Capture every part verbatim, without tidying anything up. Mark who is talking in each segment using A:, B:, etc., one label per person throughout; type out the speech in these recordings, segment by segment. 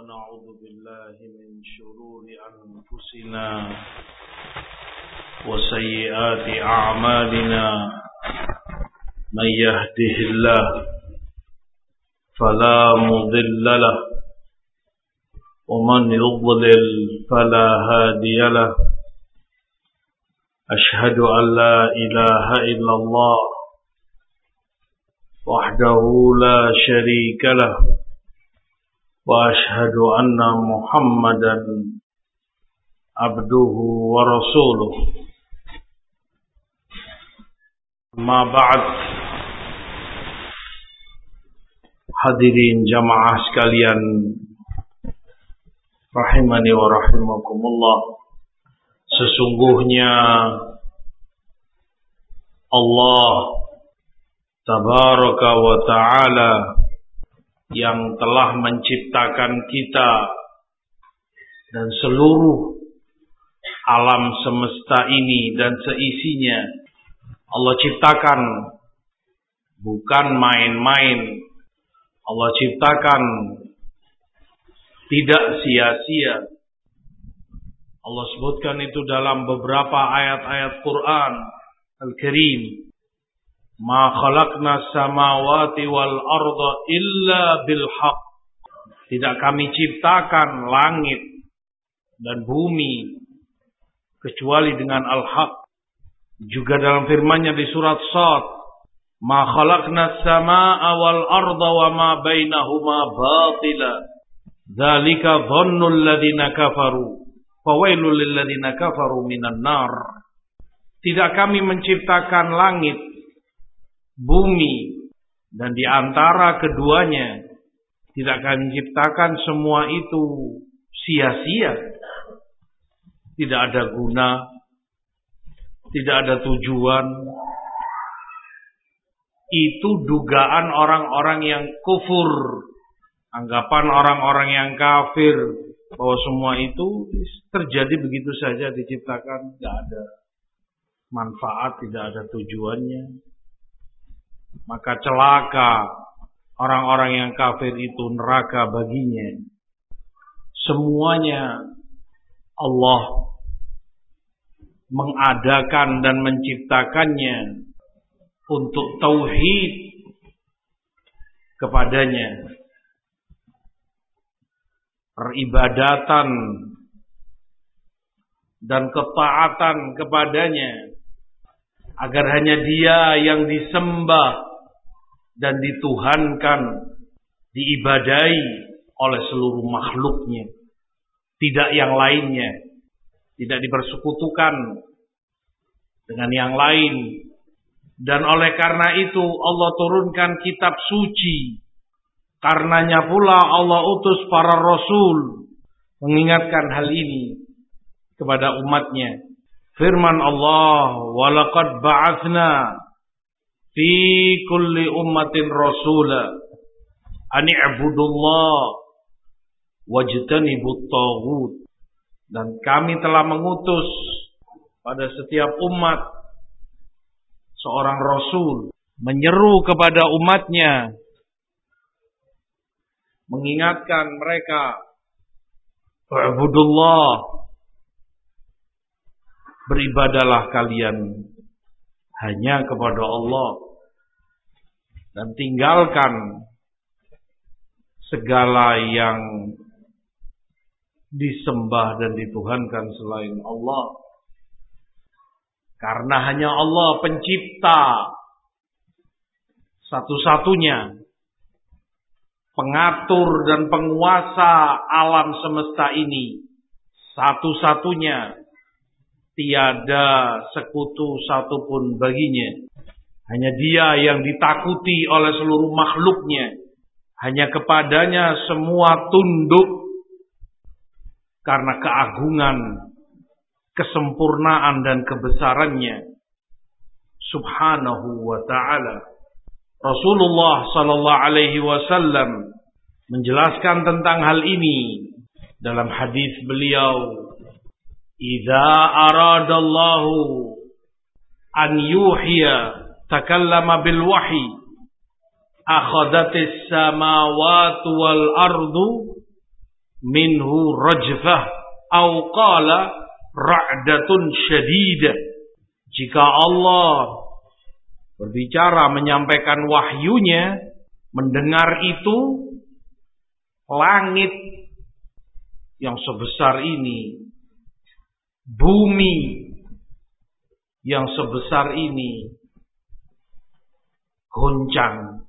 A: ونعوذ بالله من شرور أنفسنا وسيئات أعمالنا من يهده الله فلا مضل له ومن يضلل فلا هادي له أشهد أن لا إله إلا الله وحده لا شريك له وأشهد أن محمدا عبده ورسوله ما بعد. Hadirin jamaah sekalian rahimani wa rahimakumullah, sesungguhnya Allah tabaraka wa ta'ala yang telah menciptakan kita dan seluruh alam semesta ini dan seisinya, Allah ciptakan bukan main-main. Allah ciptakan tidak sia-sia. Allah sebutkan itu dalam beberapa ayat-ayat Quran Al-Karim. Ma khalaqna samawati wal arda illa bil haqq. Tidak kami ciptakan langit dan bumi kecuali dengan al-haq. Juga dalam firman-Nya di surat Shad, ma khalaqna samaa wal arda wa ma bainahuma batila. Dzalika dhannul ladzina kafaru. Fawailul lil ladzina kafaru minan nar. Tidak kami menciptakan langit, bumi, dan di antara keduanya tidak akan menciptakan semua itu sia-sia. Tidak ada guna, tidak ada tujuan. Itu dugaan orang-orang yang kufur, anggapan orang-orang yang kafir bahwa semua itu terjadi begitu saja, diciptakan, tidak ada manfaat, tidak ada tujuannya. Maka celaka orang-orang yang kafir itu, neraka baginya. Semuanya Allah mengadakan dan menciptakannya untuk tauhid kepadanya, peribadatan dan ketaatan kepadanya, agar hanya Dia yang disembah dan dituhankan, diibadahi oleh seluruh makhluknya, tidak yang lainnya, tidak dipersekutukan dengan yang lain. Dan oleh karena itu Allah turunkan kitab suci. Karenanya pula Allah utus para rasul mengingatkan hal ini kepada umatnya. Firman Allah, walaqad ba'atsna fi kulli ummatin rasula an i'budullah wajtanibut taghut. Dan kami telah mengutus pada setiap umat seorang rasul menyeru kepada umatnya, mengingatkan mereka, wa'budullah, beribadalah kalian hanya kepada Allah dan tinggalkan segala yang disembah dan dituhankan selain Allah. Karena hanya Allah pencipta satu-satunya, pengatur dan penguasa alam semesta ini, satu-satunya, tiada sekutu satupun baginya. Hanya Dia yang ditakuti oleh seluruh makhluknya. Hanya kepadanya semua tunduk karena keagungan, kesempurnaan dan kebesarannya subhanahu wa ta'ala. Rasulullah sallallahu alaihi wasallam menjelaskan tentang hal ini dalam hadis beliau, idza aradallahu an yuhya takallama bil wahyi akhadatis samawati wal ardu minhu rajfah au qala ra'datun syadidah. Jika Allah berbicara menyampaikan wahyunya, mendengar itu langit yang sebesar ini, bumi yang sebesar ini goncang.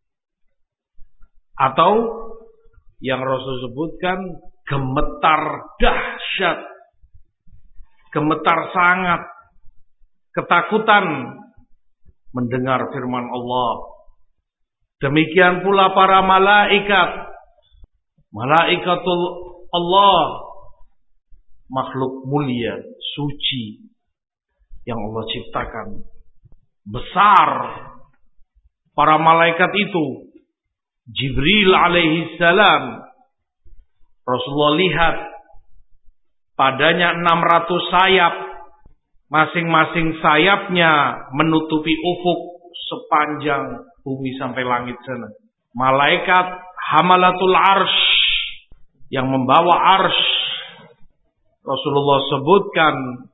A: Atau yang Rasul sebutkan gemetar dahsyat, gemetar sangat, ketakutan mendengar firman Allah. Demikian pula para malaikat, malaikatul Allah, makhluk mulia, suci yang Allah ciptakan. Besar para malaikat itu. Jibril alaihi salam, Rasulullah lihat padanya enam ratus sayap, masing-masing sayapnya menutupi ufuk sepanjang bumi sampai langit sana. Malaikat hamalatul arsh yang membawa arsh, Rasulullah sebutkan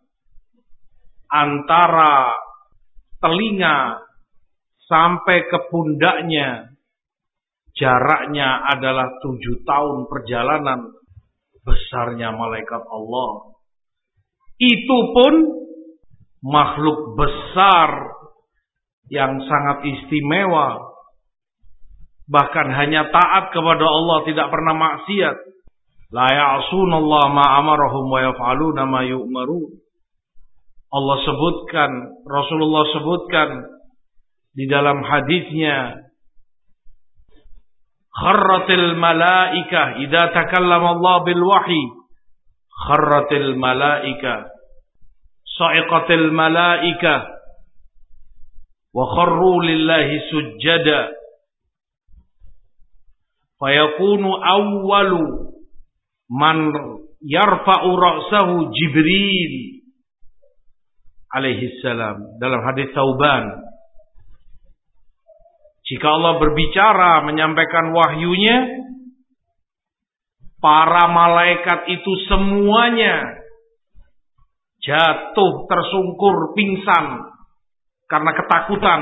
A: antara telinga sampai ke pundaknya jaraknya adalah tujuh tahun perjalanan. Besarnya malaikat Allah. Itu pun makhluk besar yang sangat istimewa. Bahkan hanya taat kepada Allah, tidak pernah maksiat. La ya'sunallaha ma amarahum wa yaf'aluna ma yu'marun. Allah sebutkan, Rasulullah sebutkan di dalam hadisnya, kharratil malaikah idza takallama Allah bil wahyi, kharratil malaikah, sa'iqatil malaikah, wa kharru lillahi sujjada, fayakunu awwalu man yarfa'u ra'sahu Jibril alaihi salam. Dalam hadis Tsauban, jika Allah berbicara menyampaikan wahyunya, para malaikat itu semuanya jatuh tersungkur pingsan karena ketakutan.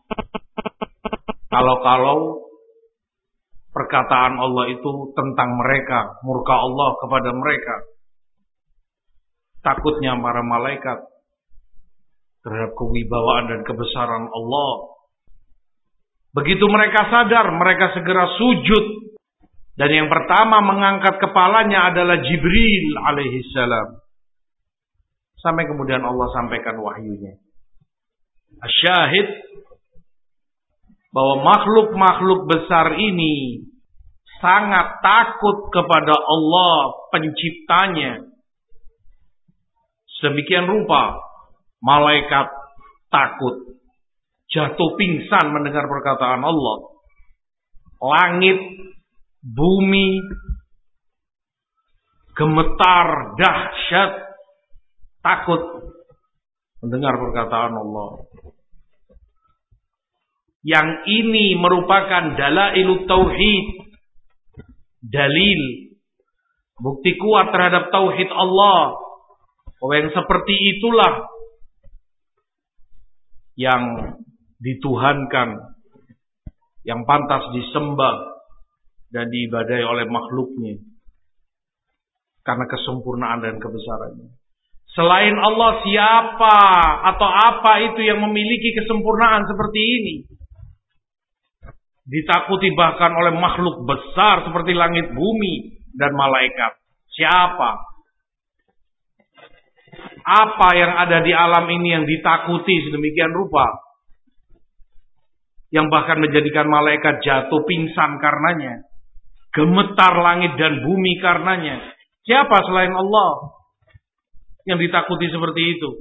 A: Kalau-kalau perkataan Allah itu tentang mereka, murka Allah kepada mereka. Takutnya para malaikat terhadap kewibawaan dan kebesaran Allah. Begitu mereka sadar, mereka segera sujud. Dan yang pertama mengangkat kepalanya adalah Jibril alaihi salam. Sampai kemudian Allah sampaikan wahyunya. Asyahid bahwa makhluk-makhluk besar ini sangat takut kepada Allah penciptanya. Sedemikian rupa malaikat takut, jatuh pingsan mendengar perkataan Allah. Langit, bumi gemetar dahsyat, takut mendengar perkataan Allah. Yang ini merupakan dalailut tauhid, dalil, bukti kuat terhadap tauhid Allah. Bahwa yang seperti itulah yang dituhankan, yang pantas disembah dan diibadahi oleh makhluknya karena kesempurnaan dan kebesarannya. Selain Allah, siapa atau apa itu yang memiliki kesempurnaan seperti ini? Ditakuti bahkan oleh makhluk besar seperti langit, bumi, dan malaikat. Siapa? Apa yang ada di alam ini yang ditakuti sedemikian rupa, yang bahkan menjadikan malaikat jatuh pingsan karenanya, gemetar langit dan bumi karenanya? Siapa selain Allah yang ditakuti seperti itu?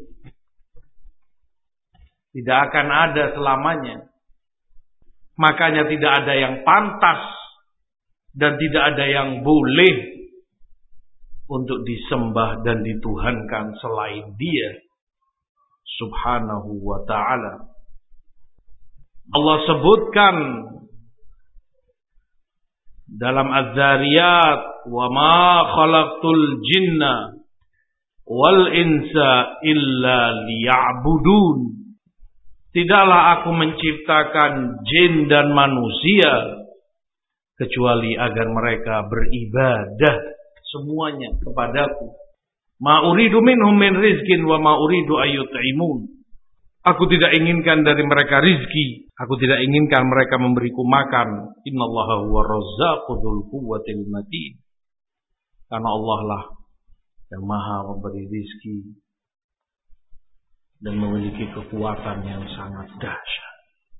A: Tidak akan ada selamanya. Makanya tidak ada yang pantas dan tidak ada yang boleh untuk disembah dan dituhankan selain Dia subhanahu wa ta'ala. Allah sebutkan dalam Az-Zariyat wa ma khalaqtul jinna wal insa illa liya'budun. Tidaklah aku menciptakan jin dan manusia kecuali agar mereka beribadah semuanya kepadaku. Ma uridu minhum min rizkin wa ma uridu ayyut'imun. Aku tidak inginkan dari mereka rizki, aku tidak inginkan mereka memberiku makan. Innallaha huwa razzaqu dzul quwwatil matin. Karena Allah lah yang maha memberi rizki dan memiliki kekuatan yang sangat dahsyat.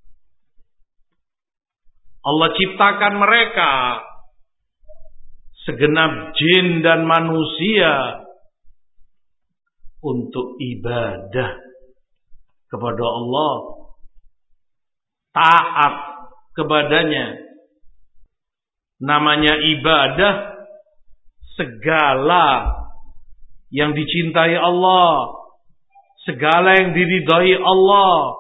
A: Allah ciptakan mereka segenap jin dan manusia untuk ibadah kepada Allah, taat kepadanya. Namanya ibadah segala yang dicintai Allah, segala yang diridhai Allah,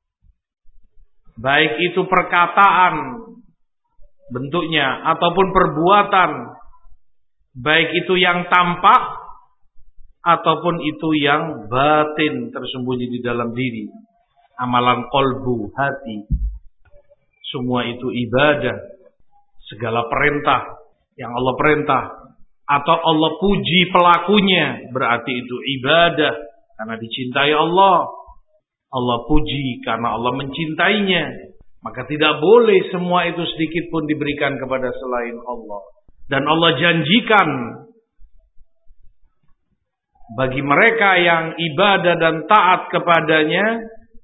A: baik itu perkataan bentuknya ataupun perbuatan, baik itu yang tampak ataupun itu yang batin, tersembunyi di dalam diri, amalan kolbu, hati, semua itu ibadah. Segala perintah yang Allah perintah atau Allah puji pelakunya, berarti itu ibadah karena dicintai Allah. Allah puji karena Allah mencintainya. Maka tidak boleh semua itu sedikit pun diberikan kepada selain Allah. Dan Allah janjikan bagi mereka yang ibadah dan taat kepadanya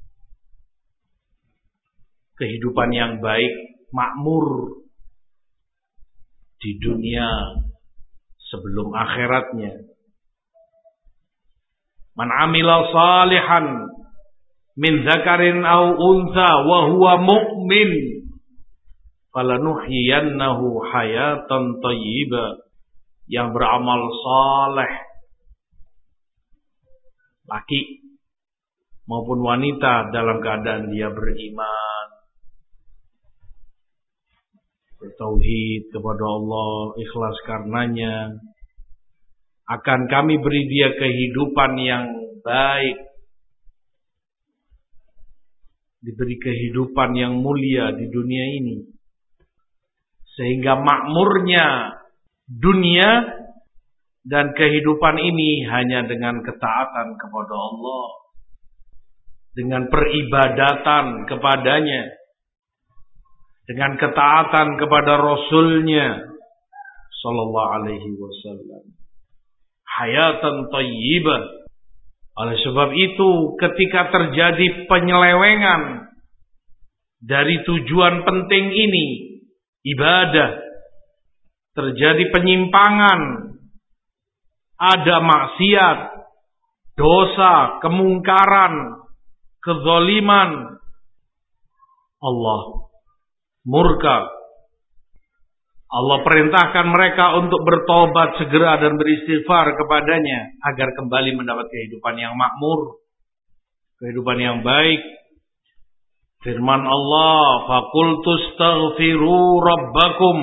A: kehidupan yang baik, makmur di dunia sebelum akhiratnya. Man amila salihan min dzakarin aw untha wa huwa mu'min falanuhyiyannahu hayatan thayyibah. Yang beramal saleh, laki maupun wanita, dalam keadaan dia beriman, bertauhid kepada Allah, ikhlas karenanya, akan kami beri dia kehidupan yang baik, diberi kehidupan yang mulia di dunia ini, sehingga makmurnya dunia dan kehidupan ini hanya dengan ketaatan kepada Allah, dengan peribadatan kepadanya, dengan ketaatan kepada Rasulnya sallallahu alaihi wasallam. Hayatan thayyibah. Oleh sebab itu, ketika terjadi penyelewengan dari tujuan penting ini, ibadah, terjadi penyimpangan, ada maksiat, dosa, kemungkaran, kezaliman, Allah murka. Allah perintahkan mereka untuk bertobat segera dan beristighfar kepadanya agar kembali mendapat kehidupan yang makmur, kehidupan yang baik. Firman Allah, faqultu astaghfiru rabbakum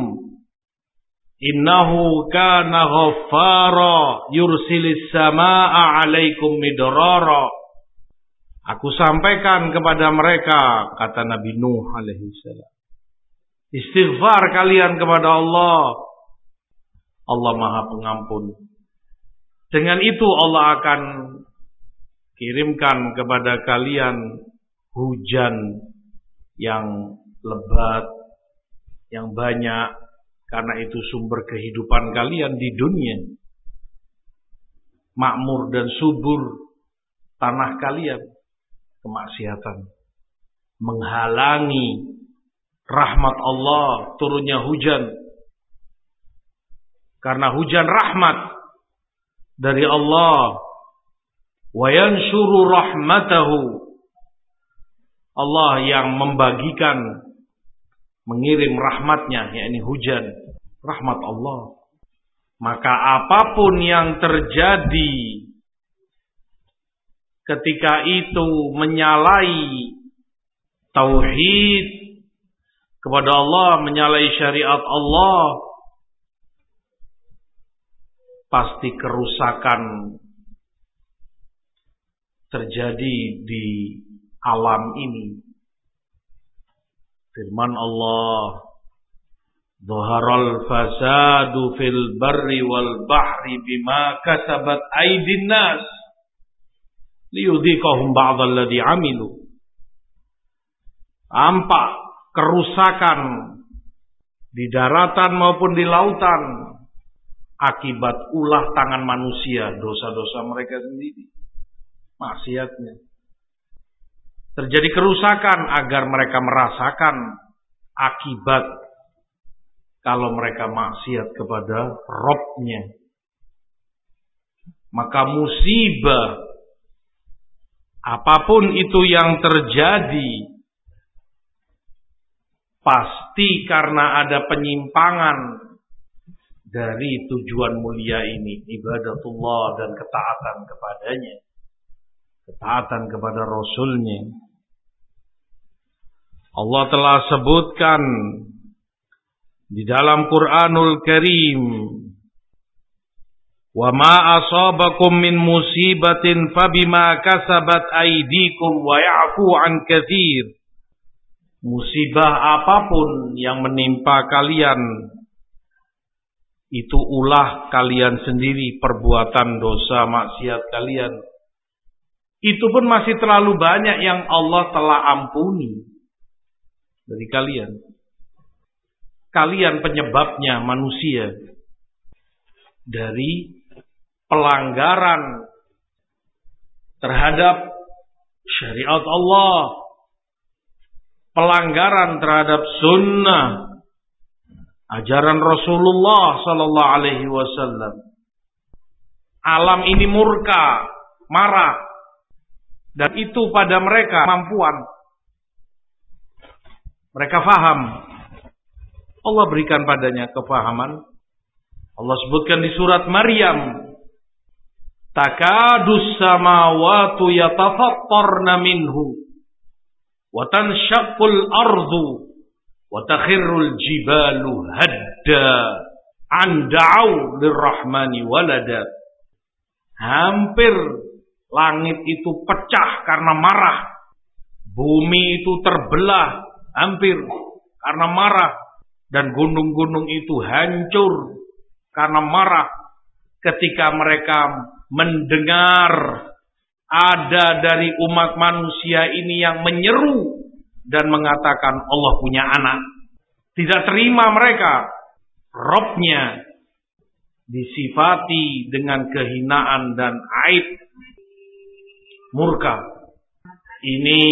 A: innahu kana ghaffara yursilis samaa'a 'alaikum midrara. Aku sampaikan kepada mereka, kata Nabi Nuh alaihi salam, istighfar kalian kepada Allah. Allah Maha Pengampun. Dengan itu Allah akan kirimkan kepada kalian hujan yang lebat, yang banyak, karena itu sumber kehidupan kalian di dunia. Makmur dan subur tanah kalian, kemaksiatan menghalangi rahmat Allah turunnya hujan. Karena hujan rahmat dari Allah, wa yanshuru rahmatahu, Allah yang membagikan, mengirim rahmatnya, yakni hujan, rahmat Allah. Maka apapun yang terjadi ketika itu menyalahi tauhid kepada Allah, menyalahi syariat Allah, pasti kerusakan terjadi di alam ini. Firman Allah, "Dhaharal fasadu fil barri wal bahri bima kasabat aydin nas liyudhiqahum ba'dal ladzi 'amilu." Tampak kerusakan di daratan maupun di lautan akibat ulah tangan manusia, dosa-dosa mereka sendiri, maksiatnya. Terjadi kerusakan agar mereka merasakan akibat kalau mereka maksiat kepada Rabb-nya. Maka musibah apapun itu yang terjadi pasti karena ada penyimpangan dari tujuan mulia ini, ibadatullah dan ketaatan kepadanya, ketaatan kepada Rasulnya. Allah telah sebutkan di dalam Quranul Karim, "Wa ma asabakum min musibatin fabima kasabat aydikum wa ya'fu an katsir." Musibah apapun yang menimpa kalian itu ulah kalian sendiri, perbuatan dosa maksiat kalian. Itu pun masih terlalu banyak yang Allah telah ampuni dari kalian. Kalian penyebabnya manusia dari pelanggaran terhadap syariat Allah, pelanggaran terhadap sunnah ajaran Rasulullah sallallahu alaihi wasallam. Alam ini murka, marah, dan itu pada mereka kemampuan. Mereka faham. Allah berikan padanya kefahaman. Allah sebutkan di surat Maryam, "Takadus samawati yatafattarna minhu wa tanshaqqul ardu wa takhirrul jibalu hadda an da'u lirrahmani walada." Hampir langit itu pecah karena marah. Bumi itu terbelah hampir karena marah. Dan gunung-gunung itu hancur karena marah ketika mereka mendengar ada dari umat manusia ini yang menyeru dan mengatakan Allah punya anak. Tidak terima mereka. Rabb-nya disifati dengan kehinaan dan aib, murka. Ini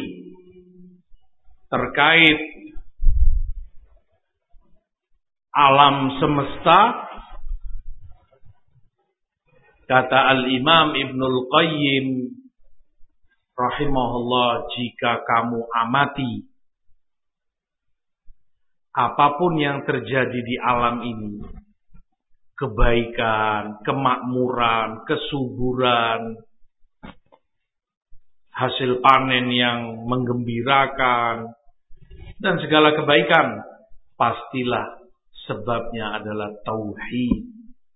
A: terkait alam semesta. Kata Al-Imam Ibnul Qayyim rahimahullah, jika kamu amati apapun yang terjadi di alam ini, kebaikan, kemakmuran, kesuburan, hasil panen yang menggembirakan, dan segala kebaikan, pastilah sebabnya adalah tauhid.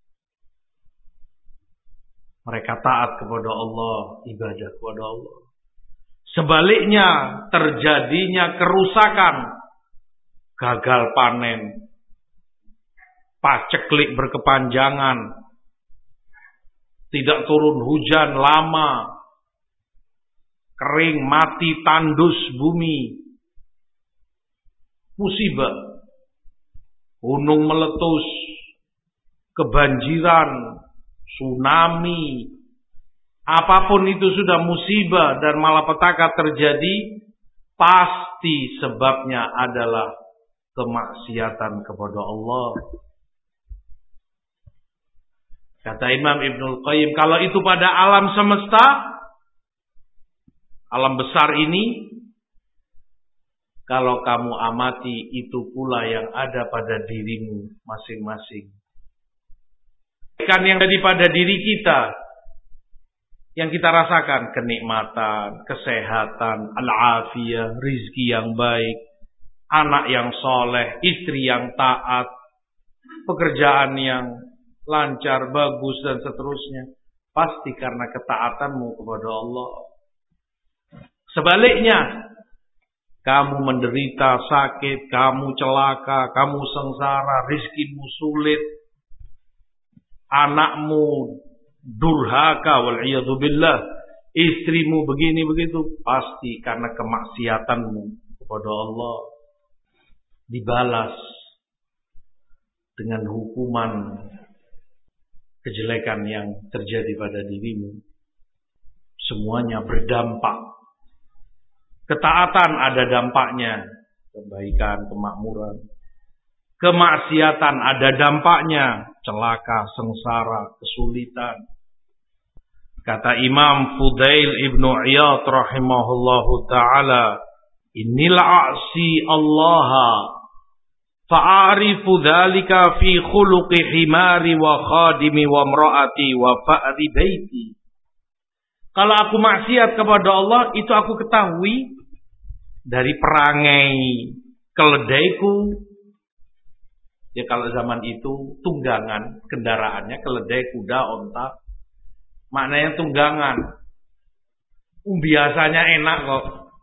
A: Mereka taat kepada Allah, ibadah kepada Allah. Sebaliknya terjadinya kerusakan, gagal panen, paceklik berkepanjangan, tidak turun hujan lama, kering, mati, tandus bumi, musibah. Gunung meletus, kebanjiran, tsunami, apapun itu sudah musibah dan malapetaka terjadi, pasti sebabnya adalah kemaksiatan kepada Allah. Kata Imam Ibnul Qayyim, kalau itu pada alam semesta, alam besar ini, kalau kamu amati, itu pula yang ada pada dirimu masing-masing. Kan yang ada pada diri kita, yang kita rasakan, kenikmatan, kesehatan, al-afiyah, rizki yang baik, anak yang soleh, istri yang taat, pekerjaan yang lancar, bagus dan seterusnya, pasti karena ketaatanmu kepada Allah. Sebaliknya, kamu menderita, sakit, kamu celaka, kamu sengsara, rizkimu sulit, anakmu durhaka, wal'iyadzubillah, istrimu begini begitu, pasti karena kemaksiatanmu kepada Allah. Dibalas dengan hukuman kejelekan yang terjadi pada dirimu. Semuanya berdampak. Ketaatan ada dampaknya, kebaikan, kemakmuran. Kemaksiatan ada dampaknya, celaka, sengsara, kesulitan. Kata Imam Fudail ibnu Iyad rahimahullahu ta'ala, inilah a'si Allaha fa'arifu dhalika fi khuluqi himari wa khadimi wa mra'ati wa fa'ri baiti. Kalau aku maksiat kepada Allah, itu aku ketahui dari perangai keledaiku. Ya kalau zaman itu tunggangan kendaraannya keledai, kuda, onta. Maknanya tunggangan. Biasanya enak kok.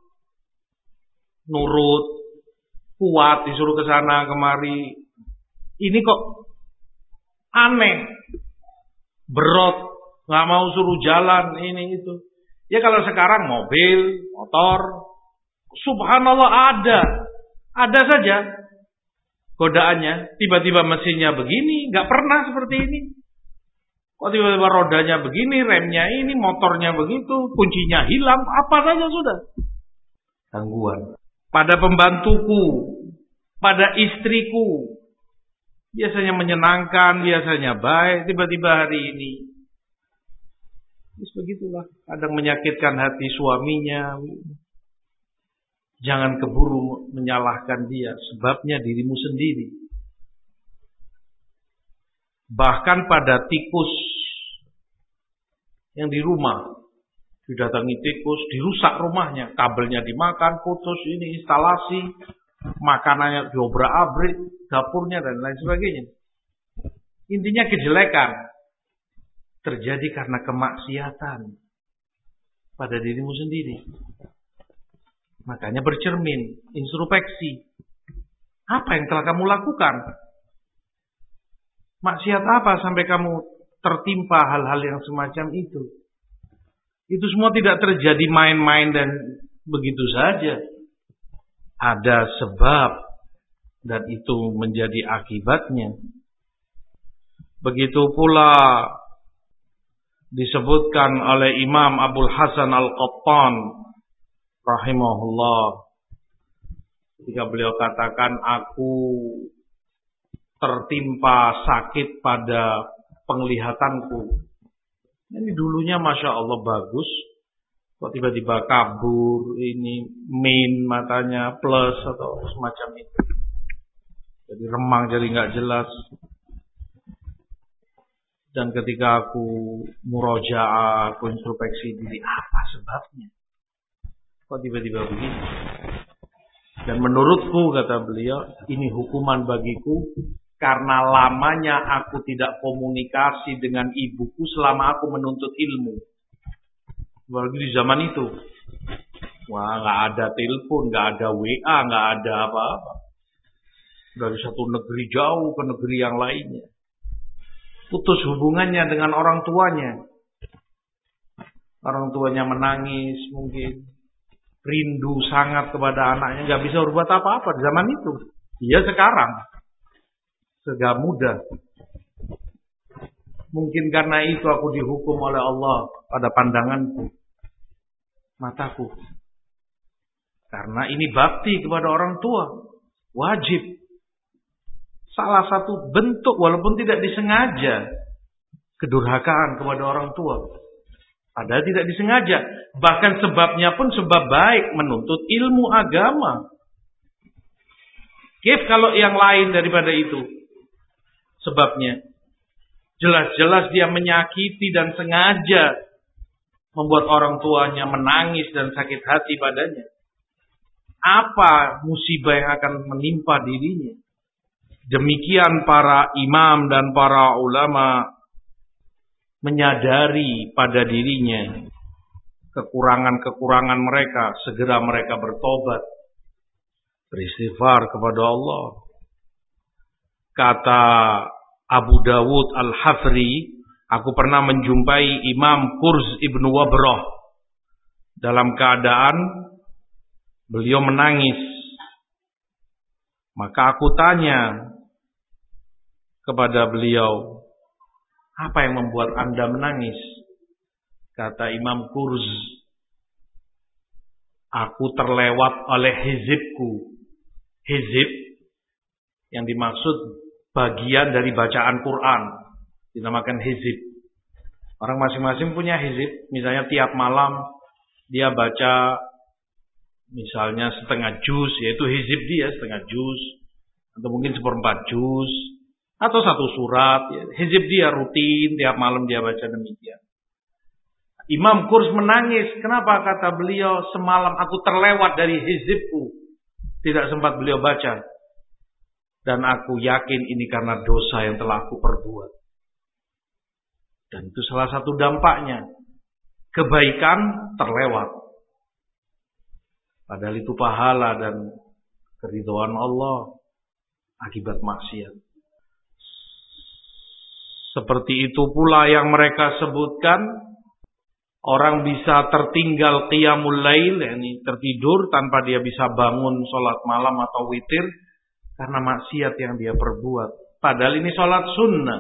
A: Nurut, kuat, disuruh ke sana kemari. Ini kok aneh. Berot, nggak mau suruh jalan ini itu. Ya kalau sekarang mobil, motor, subhanallah ada. Ada saja godaannya. Tiba-tiba mesinnya begini, nggak pernah seperti ini. Kok tiba-tiba rodanya begini, remnya ini, motornya begitu, kuncinya hilang, apa saja sudah. Gangguan. Pada pembantuku, pada istriku, biasanya menyenangkan, biasanya baik, tiba-tiba hari ini. Terus begitulah, kadang menyakitkan hati suaminya. Jangan keburu menyalahkan dia, sebabnya dirimu sendiri. Bahkan pada tikus yang di rumah, didatangi tikus, dirusak rumahnya, kabelnya dimakan, putus, ini instalasi, makanannya diobrak-abrik, dapurnya dan lain sebagainya. Intinya kejelekan terjadi karena kemaksiatan pada dirimu sendiri. Makanya bercermin, introspeksi. Apa yang telah kamu lakukan? Maksiat apa sampai kamu tertimpa hal-hal yang semacam itu? Itu semua tidak terjadi main-main dan begitu saja. Ada sebab dan itu menjadi akibatnya. Begitu pula disebutkan oleh Imam Abul Hasan Al-Qattan rahimahullah ketika beliau katakan, aku tertimpa sakit pada penglihatanku. Ini dulunya Masya Allah bagus, kok tiba-tiba kabur, ini min matanya plus atau semacam itu. Jadi remang, jadi nggak jelas. Dan ketika aku murojaah, aku introspeksi diri, apa sebabnya? Kok tiba-tiba begini? Dan menurutku, kata beliau, ini hukuman bagiku karena lamanya aku tidak komunikasi dengan ibuku selama aku menuntut ilmu. Apalagi di zaman itu, wah nggak ada telepon, nggak ada W A, nggak ada apa-apa. Dari satu negeri jauh ke negeri yang lainnya, putus hubungannya dengan orang tuanya. Orang tuanya menangis mungkin, rindu sangat kepada anaknya, nggak bisa berbuat apa-apa di zaman itu. Iya sekarang, segala mudah. Mungkin karena itu aku dihukum oleh Allah pada pandanganku, mataku. Karena ini bakti kepada orang tua, wajib. Salah satu bentuk walaupun tidak disengaja kedurhakaan kepada orang tua. Padahal tidak disengaja. Bahkan sebabnya pun sebab baik, menuntut ilmu agama. Kif kalau yang lain daripada itu sebabnya. Jelas-jelas dia menyakiti dan sengaja membuat orang tuanya menangis dan sakit hati padanya. Apa musibah yang akan menimpa dirinya? Demikian para imam dan para ulama menyadari pada dirinya kekurangan-kekurangan mereka, segera mereka bertobat, beristighfar kepada Allah. Kata Abu Dawud Al-Hafri, aku pernah menjumpai Imam Kurz ibnu Wabrah dalam keadaan beliau menangis. Maka aku tanya kepada beliau, apa yang membuat Anda menangis? Kata Imam Kurz, aku terlewat oleh hizibku. Hizib yang dimaksud bagian dari bacaan Quran, dinamakan hizib. Orang masing-masing punya hizib. Misalnya tiap malam dia baca misalnya setengah juz, yaitu hizib dia setengah juz, atau mungkin seperempat juz, atau satu surat. Hizib dia rutin, tiap malam dia baca demikian. Imam Kurz menangis. Kenapa? Kata beliau, semalam aku terlewat dari hizibku, tidak sempat beliau baca. Dan aku yakin ini karena dosa yang telah aku perbuat. Dan itu salah satu dampaknya. Kebaikan terlewat. Padahal itu pahala dan keridhaan Allah akibat maksiat. Seperti itu pula yang mereka sebutkan, orang bisa tertinggal qiyamul lail, yakni tertidur tanpa dia bisa bangun sholat malam atau witir karena maksiat yang dia perbuat. Padahal ini sholat sunnah,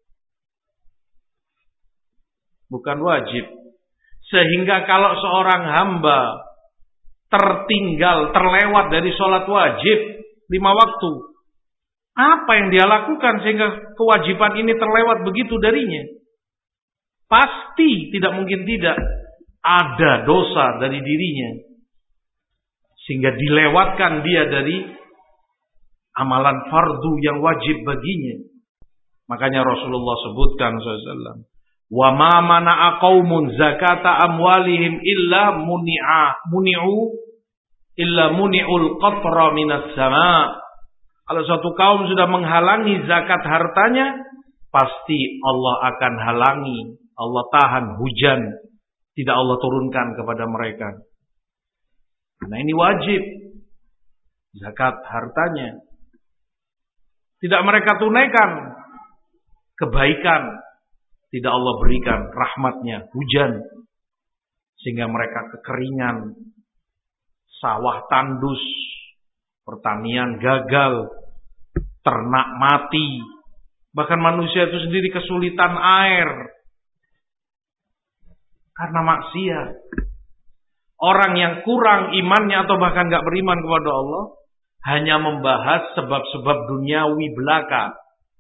A: bukan wajib. Sehingga kalau seorang hamba tertinggal, terlewat dari sholat wajib lima waktu, apa yang dia lakukan sehingga kewajiban ini terlewat begitu darinya? Pasti tidak mungkin tidak ada dosa dari dirinya, sehingga dilewatkan dia dari amalan fardu yang wajib baginya. Makanya Rasulullah sebutkan sallallahu alaihi wasallam, wa ma mana'a qaumun zakata amwalihim illa muni'a muni'u illa muni'ul qatra minas sama. Kalau suatu kaum sudah menghalangi zakat hartanya, pasti Allah akan halangi, Allah tahan hujan, tidak Allah turunkan kepada mereka. Nah, ini wajib zakat hartanya. Tidak mereka tunaikan, kebaikan tidak Allah berikan rahmatnya, hujan, sehingga mereka kekeringan, sawah tandus, pertanian gagal, ternak mati, bahkan manusia itu sendiri kesulitan air karena maksiat. Orang yang kurang imannya atau bahkan gak beriman kepada Allah hanya membahas sebab-sebab duniawi belaka.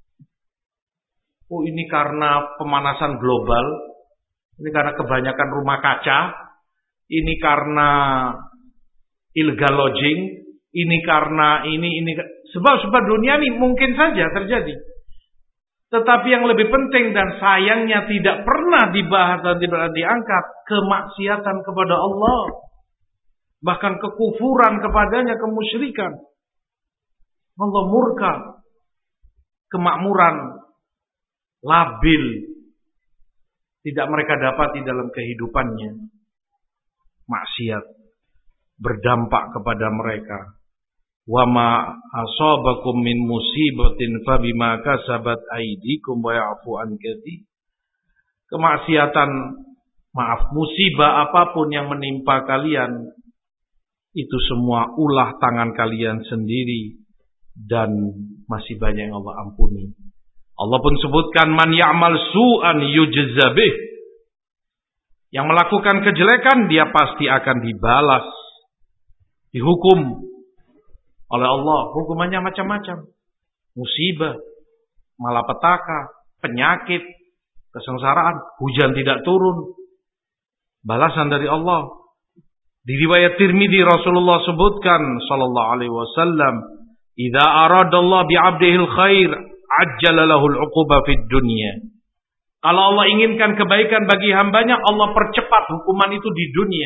A: Oh, ini karena pemanasan global, ini karena kebanyakan rumah kaca, ini karena illegal lodging, ini karena ini ini sebab-sebab duniawi mungkin saja terjadi. Tetapi yang lebih penting dan sayangnya tidak pernah dibahas dan tidak diangkat, kemaksiatan kepada Allah, bahkan kekufuran kepadanya, kemusyrikan. Allah murka, kemakmuran labil tidak mereka dapati dalam kehidupannya. Maksiat berdampak kepada mereka. Wa ma asabakum min musibatin fabima kasabat aydikum wa ya'fu an katsir. Kemaksiatan, maaf, musibah apapun yang menimpa kalian, itu semua ulah tangan kalian sendiri dan masih banyak yang Allah ampuni. Allah pun sebutkan man ya'mal su'an yujza bih. Yang melakukan kejelekan dia pasti akan dibalas, dihukum oleh Allah. Hukumannya macam-macam. Musibah, malapetaka, penyakit, kesengsaraan, hujan tidak turun, balasan dari Allah. Di riwayat Tirmidzi Rasulullah sebutkan sallallahu alaihi wasallam, "Idza aradallahu bi'abdihi al-khair, ajjala lahu al-'uquba fid dunya." Kalau Allah inginkan kebaikan bagi hambanya, Allah percepat hukuman itu di dunia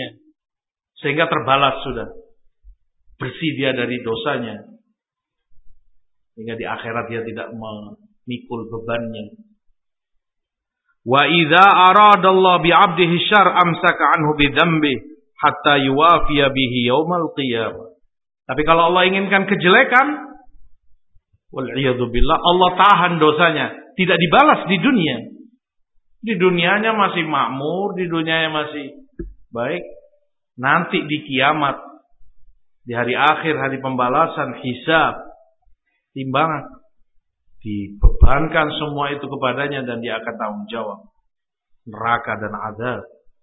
A: sehingga terbalas sudah. Bersih dia dari dosanya. Sehingga di akhirat dia tidak memikul bebannya. Wa idza aradallahu bi'abdihi syarr amsaka anhu bidzambi hatta yuwafiya bihi yaumal qiyamah. Tapi kalau Allah inginkan kejelekan, wal iyadzu billah, Allah tahan dosanya, tidak dibalas di dunia. Di dunianya masih makmur, di dunianya masih baik. Nanti di kiamat, di hari akhir, hari pembalasan, hisab, timbangan, dibebankan semua itu kepadanya dan dia akan tanggung jawab neraka dan azab.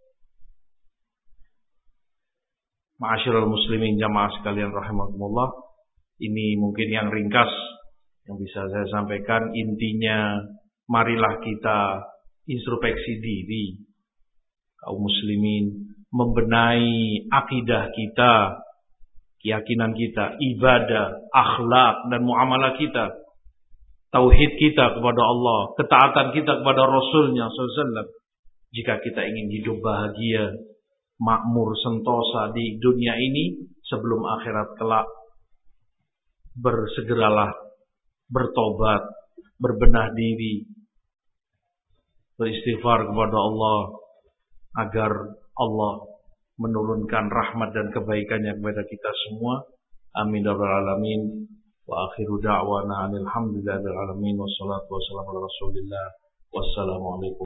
A: Ma'asyiral muslimin jamaah sekalian rahimakumullah, ini mungkin yang ringkas yang bisa saya sampaikan. Intinya, marilah kita introspeksi diri kaum muslimin, membenahi akidah kita, keyakinan kita, ibadah, akhlak dan muamalah kita, tauhid kita kepada Allah, ketaatan kita kepada Rasulnya sallallahu alaihi wasallam. Jika kita ingin hidup bahagia, makmur, sentosa di dunia ini, sebelum akhirat kelak, bersegeralah bertobat, berbenah diri, beristighfar kepada Allah agar Allah menurunkan rahmat dan kebaikannya kepada kita semua. Amin ya rabbal alamin. Wa akhiru da'wana alhamdulillahi rabbil alamin wassalatu wassalamu ala rasulillah. Wassalamu alaikum.